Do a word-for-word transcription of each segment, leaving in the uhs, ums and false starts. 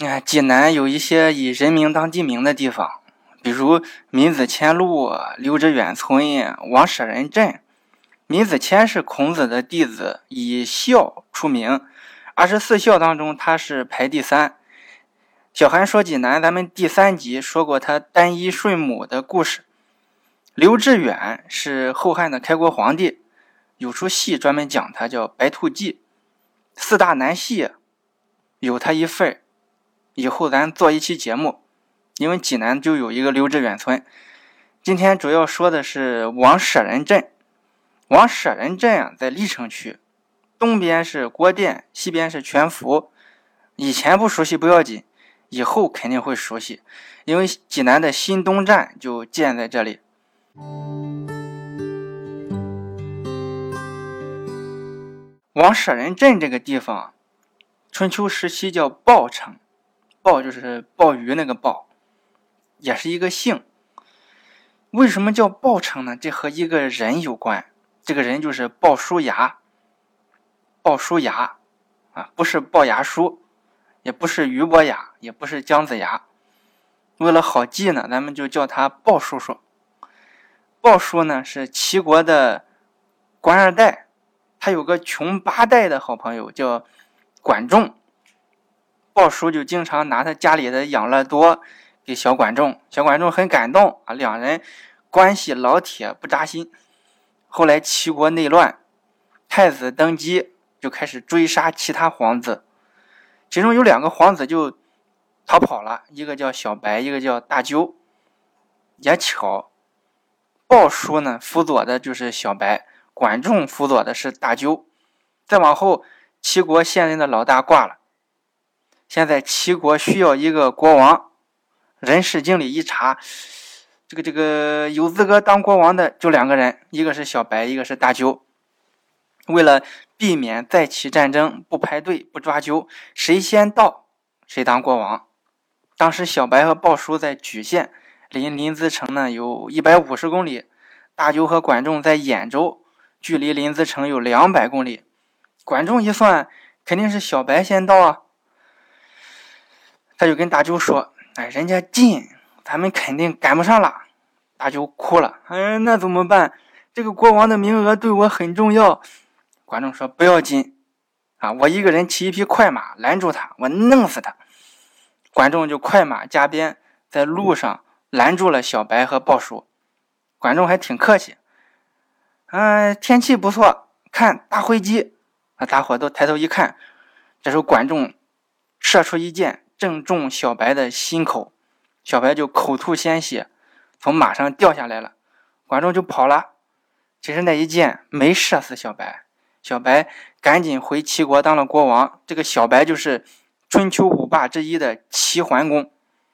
啊，济南有一些以人名当地名的地方，比如民子前路、刘知远村、王舍人镇。民子谦是孔子的弟子，以孝出名，二十四孝当中他是排第三。小韩说济南，咱们第三集说过他单衣顺母的故事。刘知远是后汉的开国皇帝，有出戏专门讲他，叫《白兔记》，四大男戏有他一份，以后咱做一期节目，因为济南就有一个刘知远村。今天主要说的是王舍人镇。王舍人镇啊，在历城区，东边是郭店，西边是全福。以前不熟悉不要紧，以后肯定会熟悉，因为济南的新东站就建在这里。王舍人镇这个地方，春秋时期叫鲍城，鲍就是鲍鱼那个鲍，也是一个姓。为什么叫鲍城呢？这和一个人有关，这个人就是鲍叔牙。鲍叔牙啊，不是鲍牙叔，也不是俞伯牙，也不是姜子牙。为了好记呢，咱们就叫他鲍叔叔。鲍叔呢是齐国的官二代，他有个穷八代的好朋友叫管仲。鲍叔就经常拿他家里的养乐多给小管仲，小管仲很感动啊，两人关系老铁不扎心。后来齐国内乱，太子登基，就开始追杀其他皇子，其中有两个皇子就逃跑了，一个叫小白，一个叫大纠。也巧，鲍叔呢辅佐的就是小白，管仲辅佐的是大纠。再往后，齐国现任的老大挂了，现在齐国需要一个国王，人事经理一查，这个这个有资格当国王的就两个人，一个是小白，一个是大纠。为了避免再起战争，不排队不抓阄，谁先到谁当国王。当时小白和鲍叔在莒县，离临淄城呢有一百五十公里，大纠和管仲在兖州，距离临淄城有两百公里。管仲一算，肯定是小白先到啊，他就跟大纠说，哎，人家近，咱们肯定赶不上了。大纠哭了，哎，那怎么办？这个国王的名额对我很重要。管仲说，不要紧啊，我一个人骑一匹快马拦住他，我弄死他。管仲就快马加鞭，在路上拦住了小白和鲍叔。管仲还挺客气，啊，天气不错，看大灰鸡啊！大伙都抬头一看，这时候管仲射出一箭，正中小白的心口，小白就口吐鲜血，从马上掉下来了。管仲就跑了，其实那一箭没射死小白，小白赶紧回齐国当了国王。这个小白就是春秋五霸之一的齐桓公。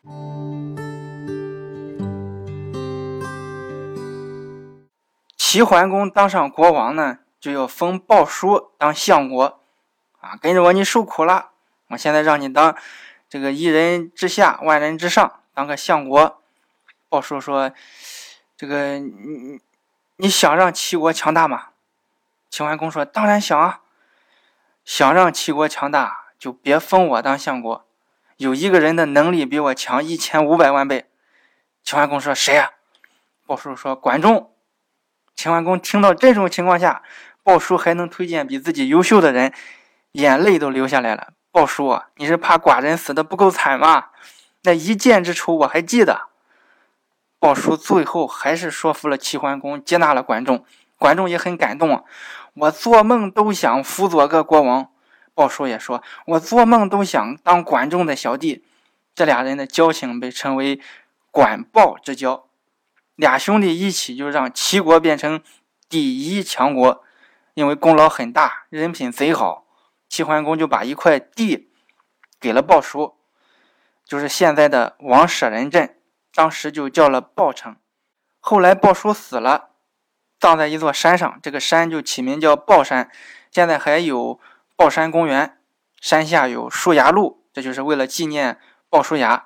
齐桓公当上国王呢，就要封鲍叔当相国啊，跟着我你受苦了，我现在让你当这个一人之下万人之上，当个相国。鲍叔说，这个你你想让齐国强大吗？齐桓公说，当然想啊，想让齐国强大就别封我当相国，有一个人的能力比我强一千五百万倍。齐桓公说，谁啊？鲍叔说，管仲。齐桓公听到这种情况下，鲍叔还能推荐比自己优秀的人，眼泪都流下来了。鲍叔啊，你是怕寡人死的不够惨吗？那一箭之仇我还记得。鲍叔最后还是说服了齐桓公，接纳了管仲。管仲也很感动啊，我做梦都想辅佐个国王。鲍叔也说，我做梦都想当管仲的小弟。这俩人的交情被称为管鲍之交。俩兄弟一起就让齐国变成第一强国，因为功劳很大，人品贼好。齐桓公就把一块地给了鲍叔，就是现在的王舍人镇，当时就叫了鲍城。后来鲍叔死了，葬在一座山上，这个山就起名叫鲍山，现在还有鲍山公园，山下有树牙路，这就是为了纪念鲍叔牙。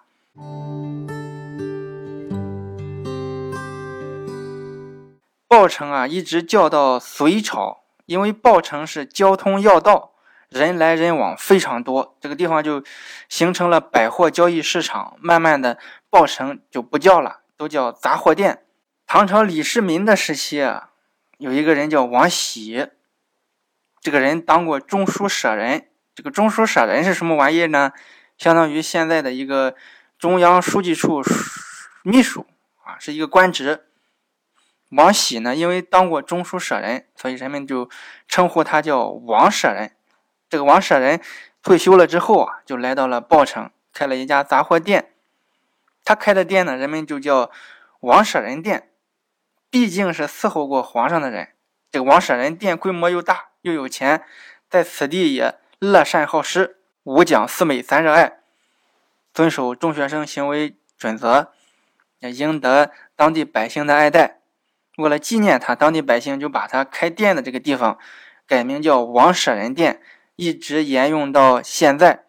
鲍城啊，一直叫到隋朝，因为鲍城是交通要道， 人来人往非常多，这个地方就形成了百货交易市场，慢慢的报城就不叫了，都叫杂货店。唐朝李世民的时期啊，有一个人叫王喜，这个人当过中书舍人。这个中书舍人是什么玩意呢？相当于现在的一个中央书记处秘书啊，是一个官职。王喜呢，因为当过中书舍人，所以人们就称呼他叫王舍人。这个王舍人退休了之后啊，就来到了报城，开了一家杂货店。他开的店呢，人们就叫王舍人店。毕竟是伺候过皇上的人，这个王舍人店规模又大又有钱，在此地也乐善好施，五讲四美三热爱，遵守中学生行为准则，也赢得当地百姓的爱戴。为了纪念他，当地百姓就把他开店的这个地方改名叫王舍人店，一直沿用到现在。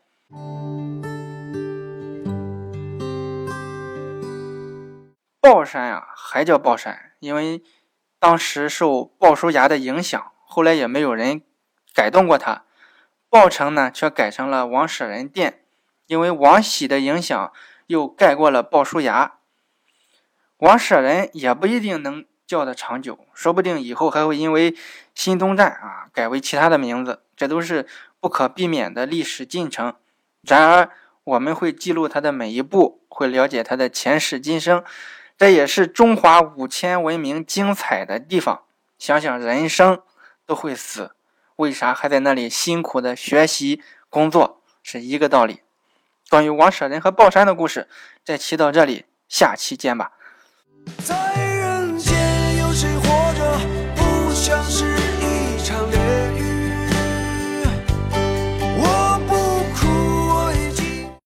鲍山啊，还叫鲍山，因为当时受鲍叔牙的影响，后来也没有人改动过它。报城呢，却改成了王舍人店，因为王喜的影响又盖过了鲍叔牙。王舍人也不一定能叫得长久，说不定以后还会因为新东站啊改为其他的名字，这都是不可避免的历史进程。然而我们会记录它的每一步，会了解它的前世今生，这也是中华五千文明精彩的地方。想想人生都会死，为啥还在那里辛苦的学习工作，是一个道理。关于王舍人和鲍山的故事，这期到这里，下期见吧。